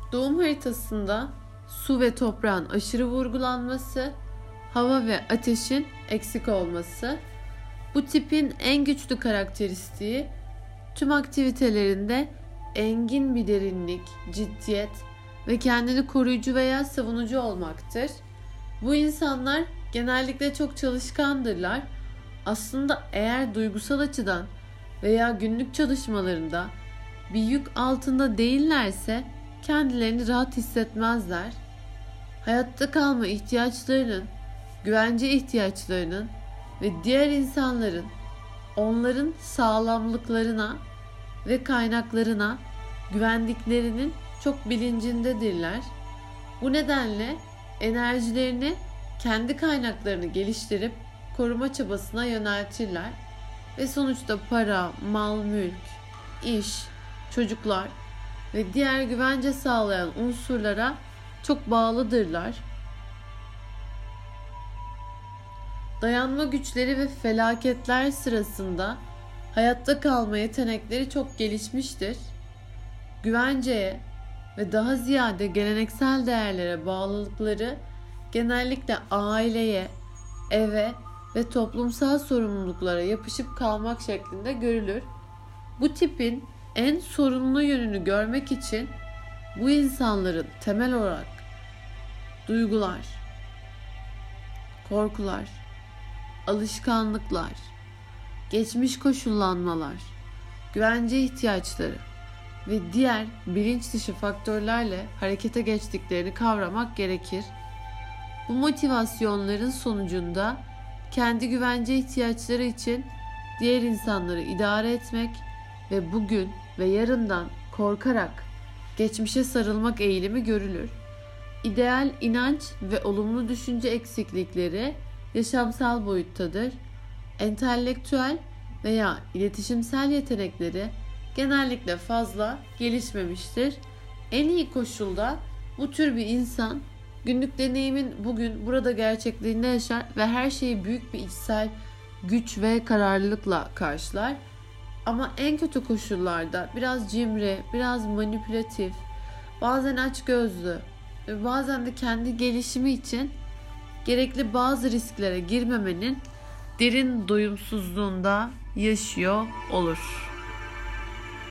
Doğum haritasında su ve toprağın aşırı vurgulanması, hava ve ateşin eksik olması. Bu tipin en güçlü karakteristiği tüm aktivitelerinde engin bir derinlik, ciddiyet ve kendini koruyucu veya savunucu olmaktır. Bu insanlar genellikle çok çalışkandırlar. Aslında eğer duygusal açıdan veya günlük çalışmalarında bir yük altında değillerse kendilerini rahat hissetmezler. Hayatta kalma ihtiyaçlarının, güvence ihtiyaçlarının ve diğer insanların onların sağlamlıklarına ve kaynaklarına güvendiklerinin çok bilincindedirler. Bu nedenle enerjilerini kendi kaynaklarını geliştirip koruma çabasına yöneltirler ve sonuçta para, mal, mülk, iş, çocuklar ve diğer güvence sağlayan unsurlara çok bağlıdırlar. Dayanma güçleri ve felaketler sırasında hayatta kalma yetenekleri çok gelişmiştir. Güvenceye ve daha ziyade geleneksel değerlere bağlılıkları genellikle aileye, eve ve toplumsal sorumluluklara yapışıp kalmak şeklinde görülür. Bu tipin en sorunlu yönünü görmek için bu insanların temel olarak duygular, korkular, alışkanlıklar, geçmiş koşullanmalar, güvence ihtiyaçları ve diğer bilinç dışı faktörlerle harekete geçtiklerini kavramak gerekir. Bu motivasyonların sonucunda kendi güvence ihtiyaçları için diğer insanları idare etmek ve bugün ve yarından korkarak geçmişe sarılmak eğilimi görülür. İdeal inanç ve olumlu düşünce eksiklikleri yaşamsal boyuttadır. Entelektüel veya iletişimsel yetenekleri genellikle fazla gelişmemiştir. En iyi koşulda bu tür bir insan günlük deneyimin bugün burada gerçekliğinde yaşar ve her şeyi büyük bir içsel güç ve kararlılıkla karşılar. Ama en kötü koşullarda biraz cimri, biraz manipülatif, bazen açgözlü ve bazen de kendi gelişimi için gerekli bazı risklere girmemenin derin doyumsuzluğunda yaşıyor olur.